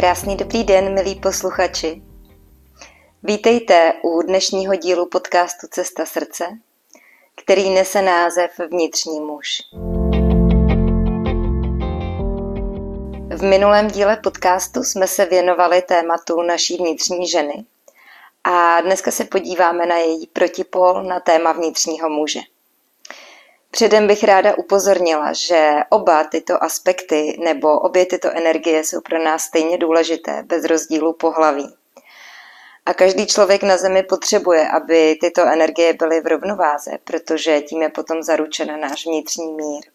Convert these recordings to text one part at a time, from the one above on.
Krásný dobrý den, milí posluchači. Vítejte u dnešního dílu podcastu Cesta srdce, který nese název Vnitřní muž. V minulém díle podcastu jsme se věnovali tématu naší vnitřní ženy a dneska se podíváme na její protipól na téma vnitřního muže. Předem bych ráda upozornila, že oba tyto aspekty nebo obě tyto energie jsou pro nás stejně důležité, bez rozdílu pohlaví. A každý člověk na zemi potřebuje, aby tyto energie byly v rovnováze, protože tím je potom zaručen náš vnitřní mír.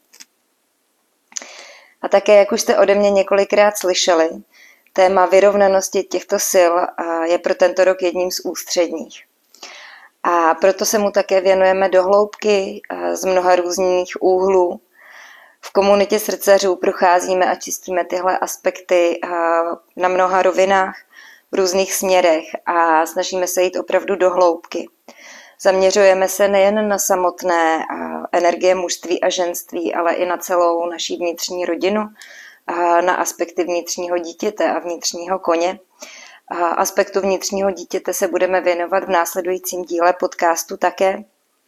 A také, jak už jste ode mě několikrát slyšeli, téma vyrovnanosti těchto sil je pro tento rok jedním z ústředních. A proto se mu také věnujeme do hloubky z mnoha různých úhlů. V komunitě srdcařů procházíme a čistíme tyhle aspekty na mnoha rovinách, v různých směrech a snažíme se jít opravdu do hloubky. Zaměřujeme se nejen na samotné energie mužství a ženství, ale i na celou naší vnitřní rodinu, na aspekty vnitřního dítěte a vnitřního koně. Aspektu vnitřního dítěte se budeme věnovat v následujícím díle podcastu také.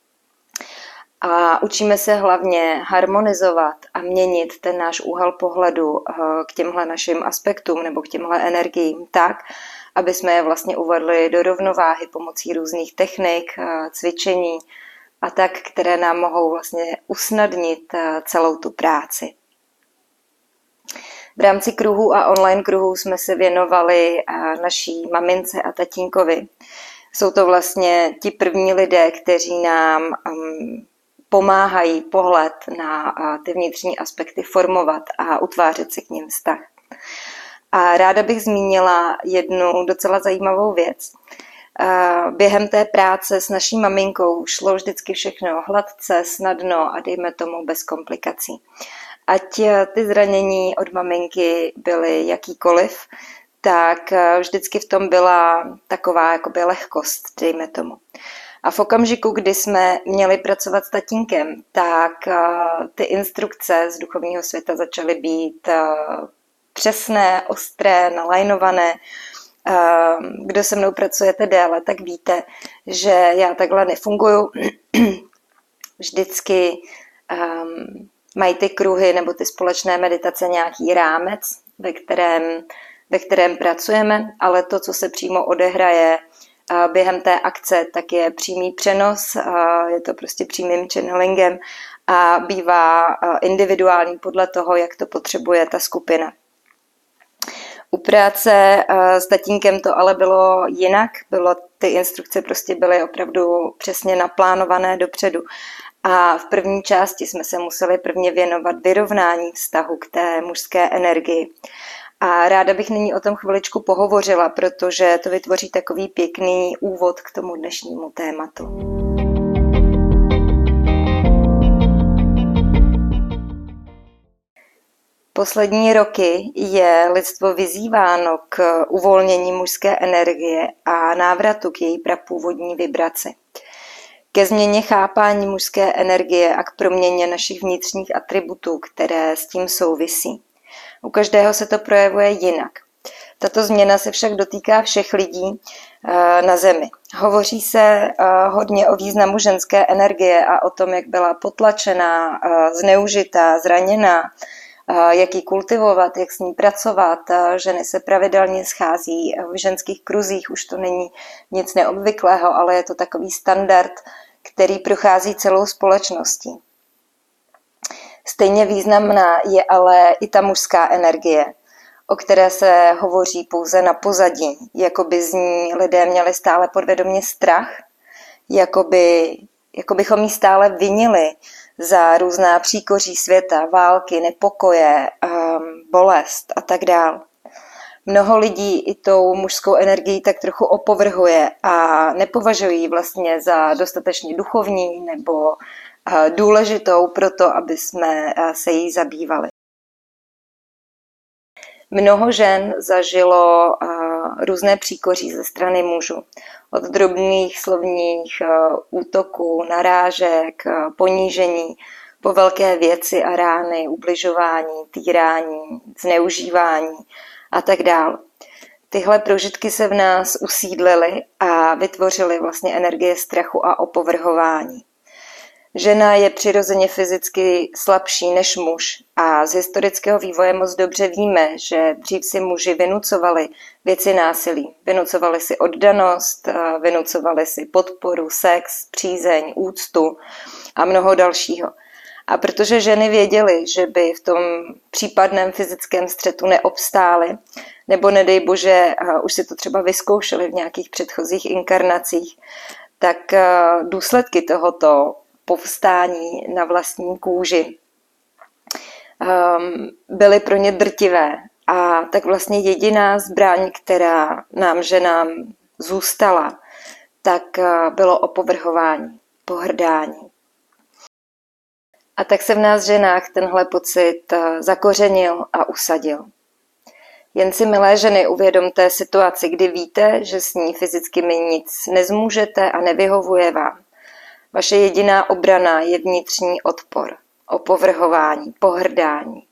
A učíme se hlavně harmonizovat a měnit ten náš úhel pohledu k těmhle našim aspektům nebo k těmhle energiím tak, aby jsme je vlastně uvedli do rovnováhy pomocí různých technik, cvičení a tak, které nám mohou vlastně usnadnit celou tu práci. V rámci kruhů a online kruhů jsme se věnovali naší mamince a tatínkovi. Jsou to vlastně ti první lidé, kteří nám pomáhají pohled na ty vnitřní aspekty formovat a utvářet si k nim vztah. A ráda bych zmínila jednu docela zajímavou věc. Během té práce s naší maminkou šlo vždycky všechno hladce, snadno a dejme tomu bez komplikací. Ať ty zranění od maminky byly jakýkoliv, tak vždycky v tom byla taková jakoby lehkost, dejme tomu. A v okamžiku, kdy jsme měli pracovat s tatínkem, tak ty instrukce z duchovního světa začaly být přesné, ostré, nalajnované. Kdo se mnou pracujete déle, tak víte, že já takhle nefunguju. Vždycky mají ty kruhy nebo ty společné meditace nějaký rámec, ve kterém pracujeme, ale to, co se přímo odehraje během té akce, tak je přímý přenos, je to prostě přímým channelingem a bývá individuální podle toho, jak to potřebuje ta skupina. U práce s tatínkem to ale bylo jinak, ty instrukce prostě byly opravdu přesně naplánované dopředu. A v první části jsme se museli prvně věnovat vyrovnání vztahu k té mužské energii. A ráda bych nyní o tom chviličku pohovořila, protože to vytvoří takový pěkný úvod k tomu dnešnímu tématu. Poslední roky je lidstvo vyzýváno k uvolnění mužské energie a návratu k její prapůvodní vibraci. Ke změně chápání mužské energie a k proměně našich vnitřních atributů, které s tím souvisí. U každého se to projevuje jinak. Tato změna se však dotýká všech lidí na zemi. Hovoří se hodně o významu ženské energie a o tom, jak byla potlačená, zneužitá, zraněná, jak ji kultivovat, jak s ní pracovat. Ženy se pravidelně schází v ženských kruzích, už to není nic neobvyklého, ale je to takový standard, který prochází celou společností. Stejně významná je ale i ta mužská energie, o které se hovoří pouze na pozadí, jako by z ní lidé měli stále podvědomě strach, jako bychom ji stále vinili za různá příkoří světa, války, nepokoje, bolest a tak dál. Mnoho lidí i tou mužskou energií tak trochu opovrhuje a nepovažují vlastně za dostatečně duchovní nebo důležitou pro to, aby jsme se jí zabývali. Mnoho žen zažilo různé příkoří ze strany mužů. Od drobných slovních útoků, narážek, ponížení, po velké věci a rány, ubližování, týrání, zneužívání a tak dál. Tyhle prožitky se v nás usídlily a vytvořily vlastně energie strachu a opovrhování. Žena je přirozeně fyzicky slabší než muž a z historického vývoje moc dobře víme, že dřív si muži vynucovali věci násilí. Vynucovali si oddanost, vynucovali si podporu, sex, přízeň, úctu a mnoho dalšího. A protože ženy věděly, že by v tom případném fyzickém střetu neobstály, nebo nedej bože, už si to třeba vyzkoušely v nějakých předchozích inkarnacích, tak důsledky tohoto povstání na vlastní kůži byly pro ně drtivé. A tak vlastně jediná zbraň, která nám ženám zůstala, tak bylo opovrhování, pohrdání. A tak se v nás ženách tenhle pocit zakořenil a usadil. Jen si, milé ženy, uvědomte situaci, kdy víte, že s ní fyzicky nic nezmůžete a nevyhovuje vám. Vaše jediná obrana je vnitřní odpor, opovrhování, pohrdání.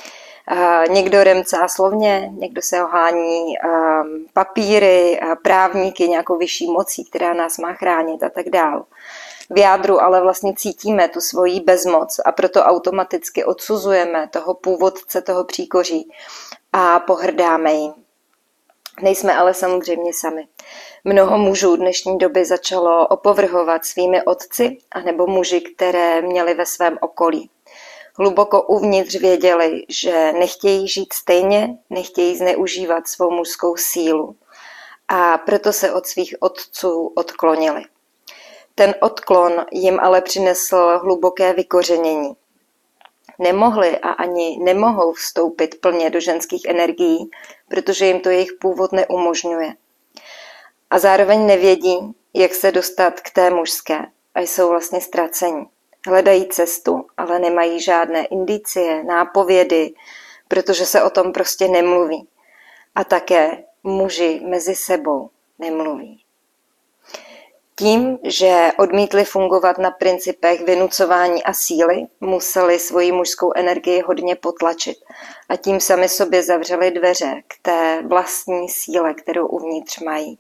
Někdo remcá slovně, někdo se ohání papíry, právníky, nějakou vyšší mocí, která nás má chránit a tak dál. V jádru ale vlastně cítíme tu svoji bezmoc a proto automaticky odsuzujeme toho původce, toho příkoří a pohrdáme jim. Nejsme ale samozřejmě sami. Mnoho mužů dnešní doby začalo opovrhovat svými otci anebo muži, které měli ve svém okolí. Hluboko uvnitř věděli, že nechtějí žít stejně, nechtějí zneužívat svou mužskou sílu a proto se od svých otců odklonili. Ten odklon jim ale přinesl hluboké vykořenění. Nemohli a ani nemohou vstoupit plně do ženských energií, protože jim to jejich původ neumožňuje. A zároveň nevědí, jak se dostat k té mužské a jsou vlastně ztraceni. Hledají cestu, ale nemají žádné indicie, nápovědy, protože se o tom prostě nemluví. A také muži mezi sebou nemluví. Tím, že odmítli fungovat na principech vynucování a síly, museli svoji mužskou energii hodně potlačit a tím sami sobě zavřeli dveře k té vlastní síle, kterou uvnitř mají.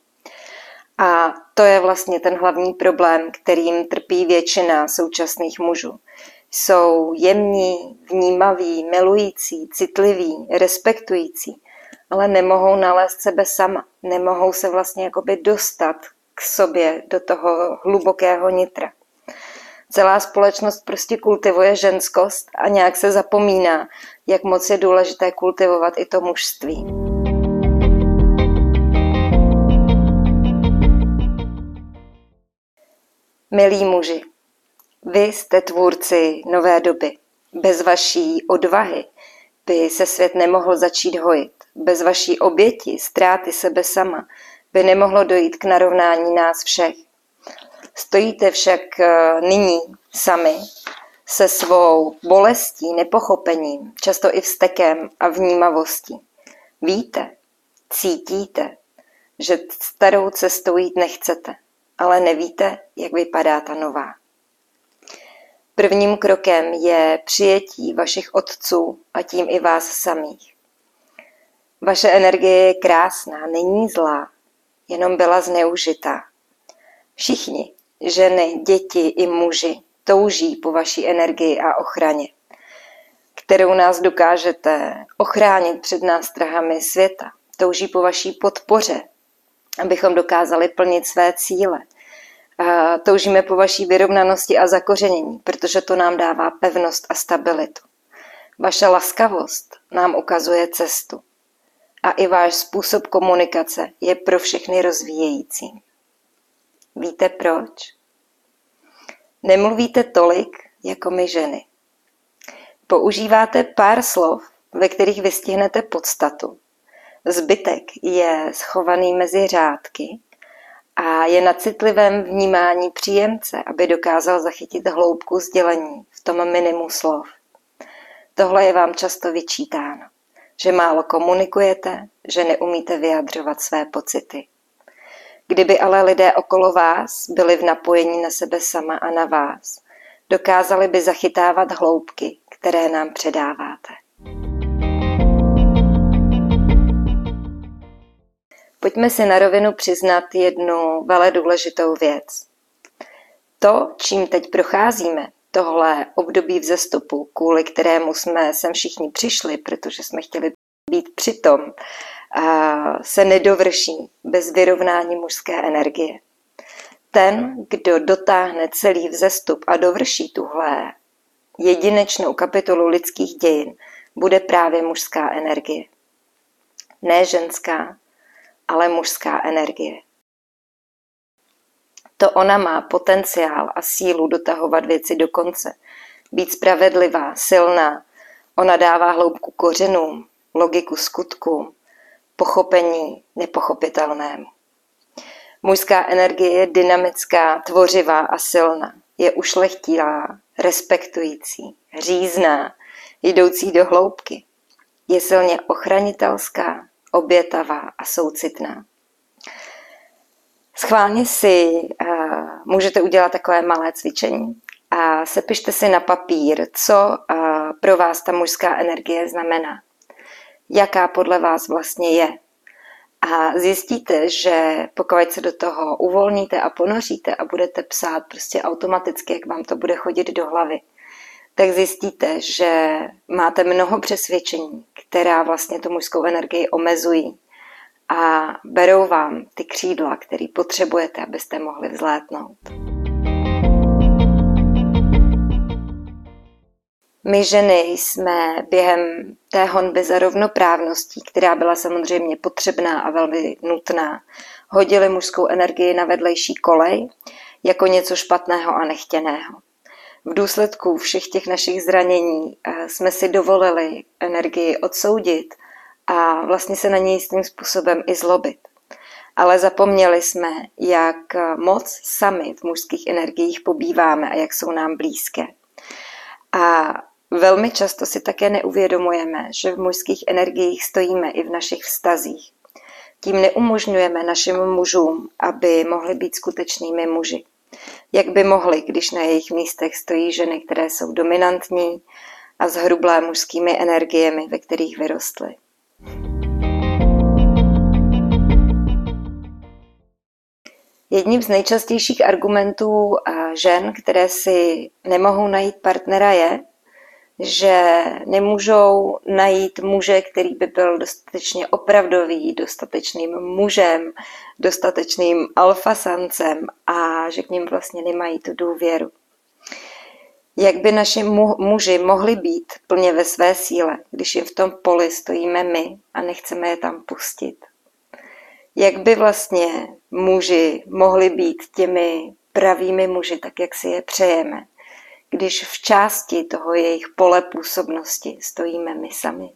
A to je vlastně ten hlavní problém, kterým trpí většina současných mužů. Jsou jemní, vnímaví, milující, citliví, respektující, ale nemohou nalézt sebe sama, nemohou se vlastně jakoby dostat k sobě do toho hlubokého nitra. Celá společnost prostě kultivuje ženskost a nějak se zapomíná, jak moc je důležité kultivovat i to mužství. Milí muži, vy jste tvůrci nové doby. Bez vaší odvahy by se svět nemohl začít hojit. Bez vaší oběti, ztráty sebe sama, by nemohlo dojít k narovnání nás všech. Stojíte však nyní sami se svou bolestí, nepochopením, často i vztekem a vnímavostí. Víte, cítíte, že starou cestou jít nechcete, ale nevíte, jak vypadá ta nová. Prvním krokem je přijetí vašich otců a tím i vás samých. Vaše energie je krásná, není zlá, jenom byla zneužitá. Všichni, ženy, děti i muži, touží po vaší energii a ochraně, kterou nás dokážete ochránit před nástrahami světa. Touží po vaší podpoře, abychom dokázali plnit své cíle. Toužíme po vaší vyrovnanosti a zakořenění, protože to nám dává pevnost a stabilitu. Vaše laskavost nám ukazuje cestu. A i váš způsob komunikace je pro všechny rozvíjející. Víte proč? Nemluvíte tolik jako my ženy. Používáte pár slov, ve kterých vystihnete podstatu. Zbytek je schovaný mezi řádky a je na citlivém vnímání příjemce, aby dokázal zachytit hloubku sdělení v tom minimu slov. Tohle je vám často vyčítáno, že málo komunikujete, že neumíte vyjadřovat své pocity. Kdyby ale lidé okolo vás byli v napojení na sebe sama a na vás, dokázali by zachytávat hloubky, které nám předáváte. pojďme si na rovinu přiznat jednu veledůležitou věc. To, čím teď procházíme, tohle období vzestupu, kvůli kterému jsme sem všichni přišli, protože jsme chtěli být přitom, se nedovrší bez vyrovnání mužské energie. Ten, kdo dotáhne celý vzestup a dovrší tuhle jedinečnou kapitolu lidských dějin, bude právě mužská energie. Ne ženská, ale mužská energie. To ona má potenciál a sílu dotahovat věci do konce, být spravedlivá, silná. Ona dává hloubku kořenům, logiku skutkům, pochopení nepochopitelnému. Mužská energie je dynamická, tvořivá a silná. Je ušlechtilá, respektující, řízná, jdoucí do hloubky. Je silně ochranitelská, obětavá a soucitná. Schválně si můžete udělat takové malé cvičení a sepište si na papír, co pro vás ta mužská energie znamená. Jaká podle vás vlastně je. A zjistíte, že pokud se do toho uvolníte a ponoříte a budete psát prostě automaticky, jak vám to bude chodit do hlavy, tak zjistíte, že máte mnoho přesvědčení, která vlastně tu mužskou energii omezují a berou vám ty křídla, které potřebujete, abyste mohli vzlétnout. My ženy jsme během té honby za rovnoprávností, která byla samozřejmě potřebná a velmi nutná, hodili mužskou energii na vedlejší kolej jako něco špatného a nechtěného. V důsledku všech těch našich zranění jsme si dovolili energii odsoudit a vlastně se na něj jistým způsobem i zlobit. Ale zapomněli jsme, jak moc sami v mužských energiích pobýváme a jak jsou nám blízké. A velmi často si také neuvědomujeme, že v mužských energiích stojíme i v našich vztazích. Tím neumožňujeme našim mužům, aby mohli být skutečnými muži. Jak by mohli, když na jejich místech stojí ženy, které jsou dominantní a zhrublé mužskými energiemi, ve kterých vyrostly. Jedním z nejčastějších argumentů žen, které si nemohou najít partnera, je, že nemůžou najít muže, který by byl dostatečně opravdový, dostatečným mužem, dostatečným alfasancem a že k ním vlastně nemají tu důvěru. Jak by naši muži mohli být plně ve své síle, když jim v tom poli stojíme my a nechceme je tam pustit? Jak by vlastně muži mohli být těmi pravými muži, tak jak si je přejeme, když v části toho jejich pole působnosti stojíme my sami?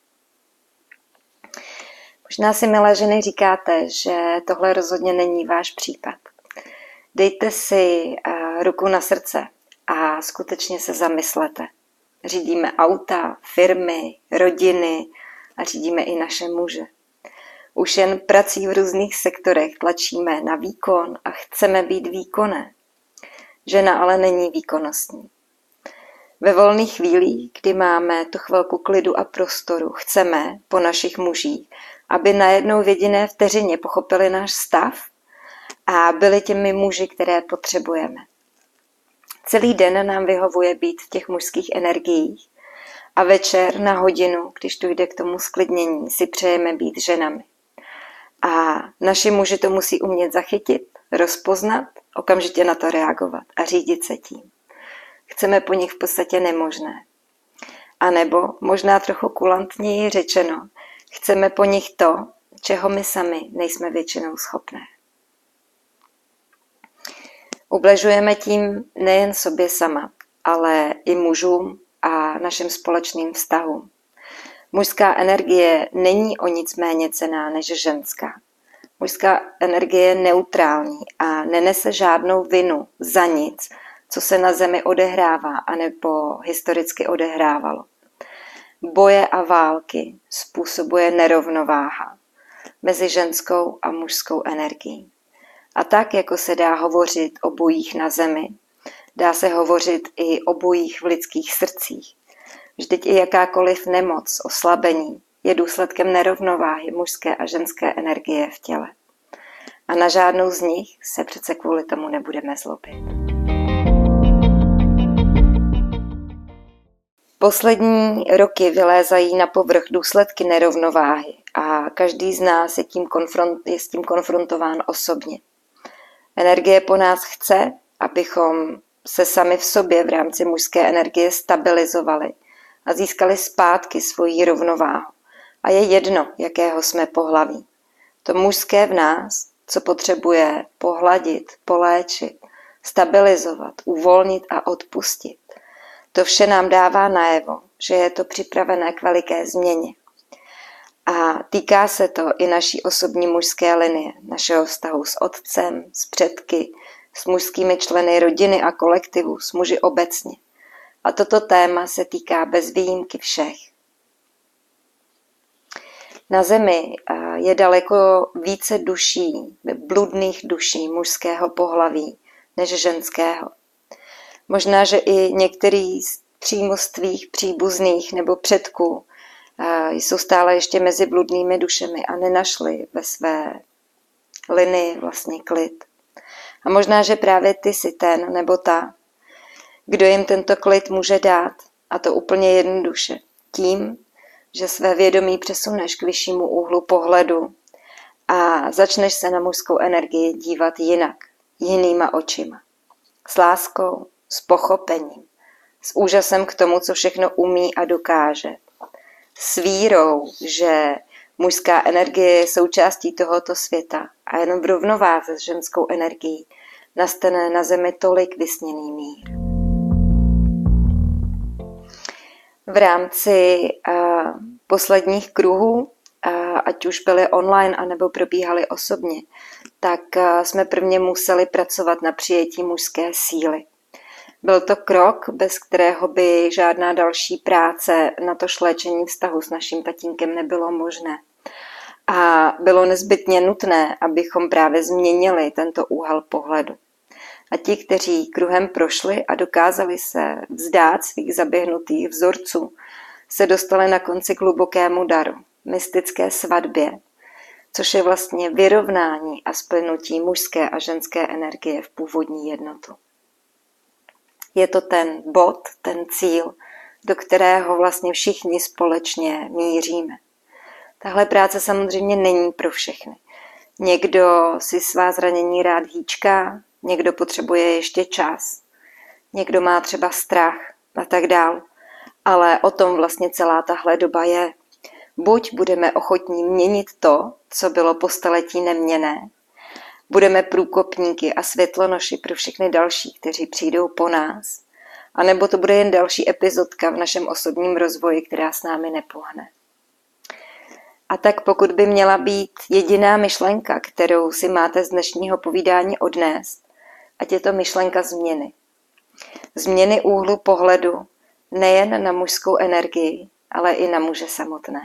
Možná si, milé ženy, říkáte, že tohle rozhodně není váš případ. Dejte si ruku na srdce a skutečně se zamyslete. Řídíme auta, firmy, rodiny a řídíme i naše muže. Už jen prací v různých sektorech tlačíme na výkon a chceme být výkonné. Žena ale není výkonnostní. Ve volných chvílích, kdy máme tu chvilku klidu a prostoru, chceme po našich mužích, aby najednou v jediné vteřině pochopili náš stav a byli těmi muži, které potřebujeme. Celý den nám vyhovuje být v těch mužských energiích a večer na hodinu, když dojde k tomu sklidnění, si přejeme být ženami. A naši muži to musí umět zachytit, rozpoznat, okamžitě na to reagovat a řídit se tím. Chceme po nich v podstatě nemožné. A nebo možná trochu kulantněji řečeno, chceme po nich to, čeho my sami nejsme většinou schopné. Ubližujeme tím nejen sobě sama, ale i mužům a našim společným vztahům. Mužská energie není o nic méně cenná než ženská. Mužská energie je neutrální a nenese žádnou vinu za nic, co se na zemi odehrává anebo historicky odehrávalo. Boje a války způsobuje nerovnováha mezi ženskou a mužskou energií. A tak, jako se dá hovořit o bojích na zemi, dá se hovořit i o bojích v lidských srdcích. Vždyť i jakákoliv nemoc, oslabení je důsledkem nerovnováhy mužské a ženské energie v těle. A na žádnou z nich se přece kvůli tomu nebudeme zlobit. Poslední roky vylézají na povrch důsledky nerovnováhy a každý z nás je s tím konfrontován osobně. Energie po nás chce, abychom se sami v sobě v rámci mužské energie stabilizovali a získali zpátky svoji rovnováhu. A je jedno, jakého jsme pohlaví. To mužské v nás, co potřebuje pohladit, poléčit, stabilizovat, uvolnit a odpustit. To vše nám dává najevo, že je to připravené k veliké změně. A týká se to i naší osobní mužské linie, našeho vztahu s otcem, s předky, s mužskými členy rodiny a kolektivu, s muži obecně. A toto téma se týká bez výjimky všech. Na Zemi je daleko více duší, bludných duší mužského pohlaví než ženského. Možná, že i některý přímo z tvých příbuzných nebo předků jsou stále ještě mezi bludnými dušemi a nenašli ve své linii vlastně klid. A možná, že právě ty jsi ten nebo ta, kdo jim tento klid může dát, a to úplně jednoduše, tím, že své vědomí přesuneš k vyššímu úhlu pohledu a začneš se na mužskou energii dívat jinak, jinýma očima. S láskou, s pochopením, s úžasem k tomu, co všechno umí a dokáže. S vírou, že mužská energie je součástí tohoto světa a jenom v rovnováze s ženskou energií nastane na Zemi tolik vysněný mír. V rámci posledních kruhů, ať už byly online anebo probíhaly osobně, tak jsme prvně museli pracovat na přijetí mužské síly. Byl to krok, bez kterého by žádná další práce na to šléčení vztahu s naším tatínkem nebylo možné. A bylo nezbytně nutné, abychom právě změnili tento úhel pohledu. A ti, kteří kruhem prošli a dokázali se vzdát svých zaběhnutých vzorců, se dostali na konci k hlubokému daru, mystické svatbě, což je vlastně vyrovnání a splynutí mužské a ženské energie v původní jednotu. Je to ten bod, ten cíl, do kterého vlastně všichni společně míříme. Tahle práce samozřejmě není pro všechny. Někdo si svá zranění rád hýčká, někdo potřebuje ještě čas, někdo má třeba strach a tak dál. Ale o tom vlastně celá tahle doba je. Buď budeme ochotní měnit to, co bylo po staletí neměnné, budeme průkopníky a světlonoši pro všechny další, kteří přijdou po nás, anebo to bude jen další epizodka v našem osobním rozvoji, která s námi nepohne. A tak pokud by měla být jediná myšlenka, kterou si máte z dnešního povídání odnést, ať je to myšlenka změny. Změny úhlu pohledu nejen na mužskou energii, ale i na muže samotné.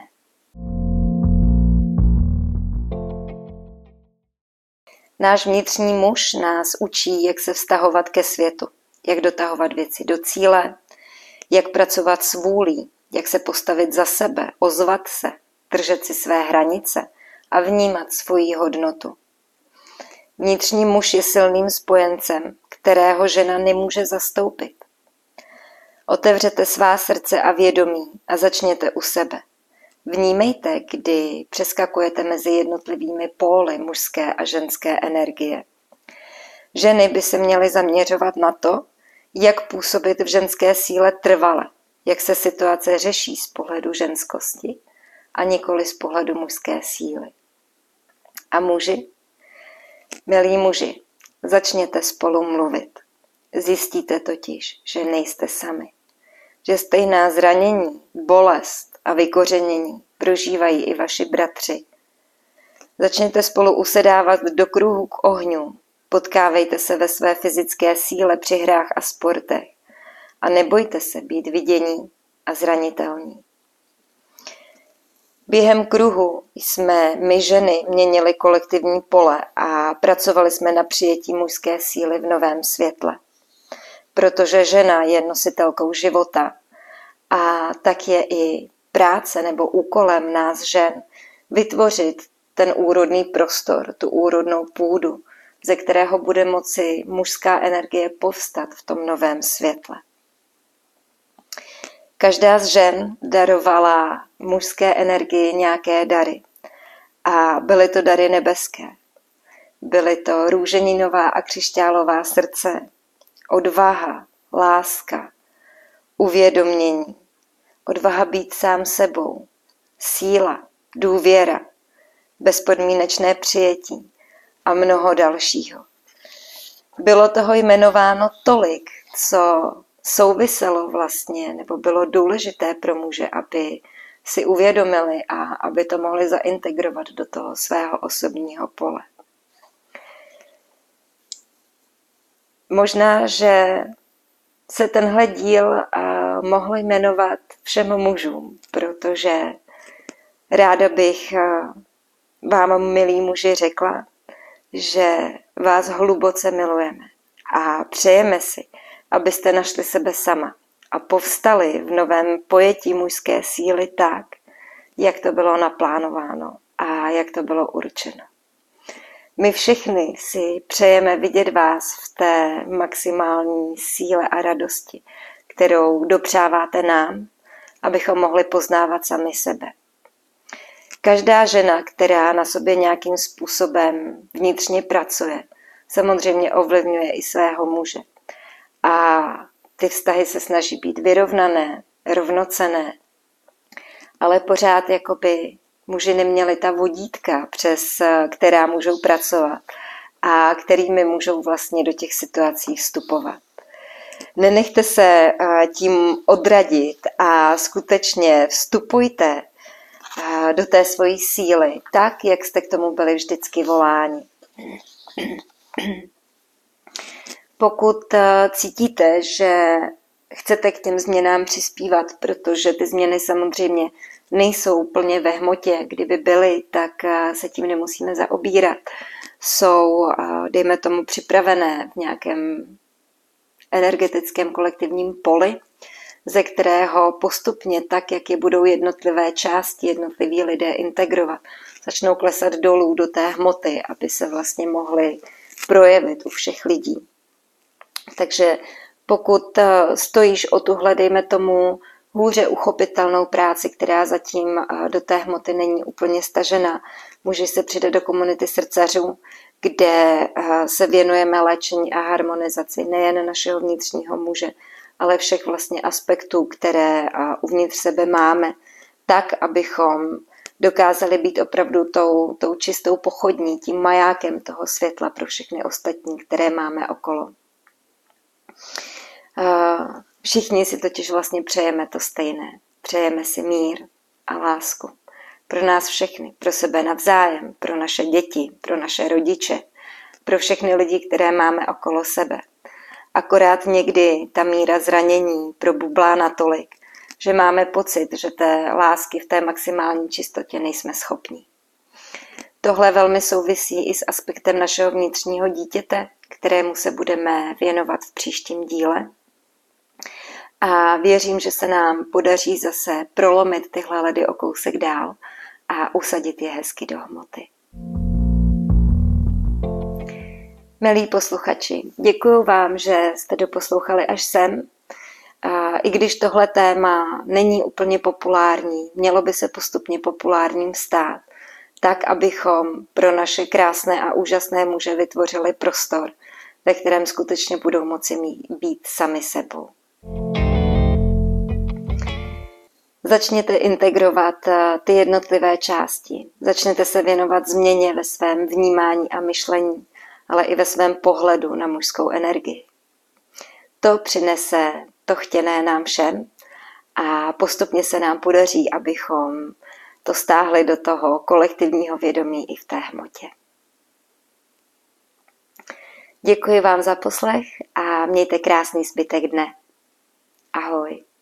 Náš vnitřní muž nás učí, jak se vztahovat ke světu, jak dotahovat věci do cíle, jak pracovat s vůlí, jak se postavit za sebe, ozvat se, držet si své hranice a vnímat svoji hodnotu. Vnitřní muž je silným spojencem, kterého žena nemůže zastoupit. Otevřete svá srdce a vědomí a začněte u sebe. Vnímejte, kdy přeskakujete mezi jednotlivými póly mužské a ženské energie. Ženy by se měly zaměřovat na to, jak působit v ženské síle trvale, jak se situace řeší z pohledu ženskosti a nikoli z pohledu mužské síly. A muži? Milí muži, začněte spolu mluvit. Zjistíte totiž, že nejste sami. Že stejná zranění, bolest a vykořenění prožívají i vaši bratři. Začněte spolu usedávat do kruhu k ohňu. Potkávejte se ve své fyzické síle při hrách a sportech. A nebojte se být vidění a zranitelní. Během kruhu jsme my ženy měnili kolektivní pole a pracovali jsme na přijetí mužské síly v novém světle. Protože žena je nositelkou života a tak je i práce nebo úkolem nás žen vytvořit ten úrodný prostor, tu úrodnou půdu, ze kterého bude moci mužská energie povstat v tom novém světle. Každá z žen darovala mužské energii nějaké dary a byly to dary nebeské. Byly to růženinová a křišťálová srdce, odvaha, láska, uvědomění, odvaha být sám sebou, síla, důvěra, bezpodmínečné přijetí a mnoho dalšího. Bylo toho jmenováno tolik, co souviselo vlastně, nebo bylo důležité pro muže, aby si uvědomili a aby to mohli zaintegrovat do toho svého osobního pole. Možná, že se tenhle díl mohl jmenovat všem mužům, protože ráda bych vám, milí muži, řekla, že vás hluboce milujeme a přejeme si, abyste našli sebe sama a povstali v novém pojetí mužské síly tak, jak to bylo naplánováno a jak to bylo určeno. My všichni si přejeme vidět vás v té maximální síle a radosti, kterou dopřáváte nám, abychom mohli poznávat sami sebe. Každá žena, která na sobě nějakým způsobem vnitřně pracuje, samozřejmě ovlivňuje i svého muže. A ty vztahy se snaží být vyrovnané, rovnocenné, ale pořád jakoby muži neměli ta vodítka, přes která můžou pracovat a kterými můžou vlastně do těch situací vstupovat. Nenechte se tím odradit a skutečně vstupujte do té svojí síly, tak, jak jste k tomu byli vždycky voláni. Pokud cítíte, že chcete k těm změnám přispívat, protože ty změny samozřejmě nejsou úplně ve hmotě, kdyby byly, tak se tím nemusíme zaobírat. Jsou, dejme tomu, připravené v nějakém energetickém kolektivním poli, ze kterého postupně, tak jak je budou jednotlivé části, jednotliví lidé integrovat, začnou klesat dolů do té hmoty, aby se vlastně mohly projevit u všech lidí. Takže pokud stojíš o tuhle, dejme tomu, hůře uchopitelnou práci, která zatím do té hmoty není úplně stažena, můžeš se přidat do komunity srdcařů, kde se věnujeme léčení a harmonizaci nejen našeho vnitřního muže, ale všech vlastně aspektů, které uvnitř sebe máme, tak, abychom dokázali být opravdu tou čistou pochodní, tím majákem toho světla pro všechny ostatní, které máme okolo. Všichni si totiž vlastně přejeme to stejné. Přejeme si mír a lásku. Pro nás všechny, pro sebe navzájem, pro naše děti, pro naše rodiče, pro všechny lidi, které máme okolo sebe. Akorát někdy ta míra zranění probublá natolik, že máme pocit, že té lásky v té maximální čistotě nejsme schopni. Tohle velmi souvisí i s aspektem našeho vnitřního dítěte, kterému se budeme věnovat v příštím díle. A věřím, že se nám podaří zase prolomit tyhle ledy o kousek dál a usadit je hezky do hmoty. Milí posluchači, děkuji vám, že jste doposlouchali až sem. I když tohle téma není úplně populární, mělo by se postupně populárním stát, tak abychom pro naše krásné a úžasné muže vytvořili prostor, ve kterém skutečně budou moci být sami sebou. Začněte integrovat ty jednotlivé části. Začněte se věnovat změně ve svém vnímání a myšlení, ale i ve svém pohledu na mužskou energii. To přinese to chtěné nám všem a postupně se nám podaří, abychom to stáhli do toho kolektivního vědomí i v té hmotě. Děkuji vám za poslech a mějte krásný zbytek dne. Ahoj.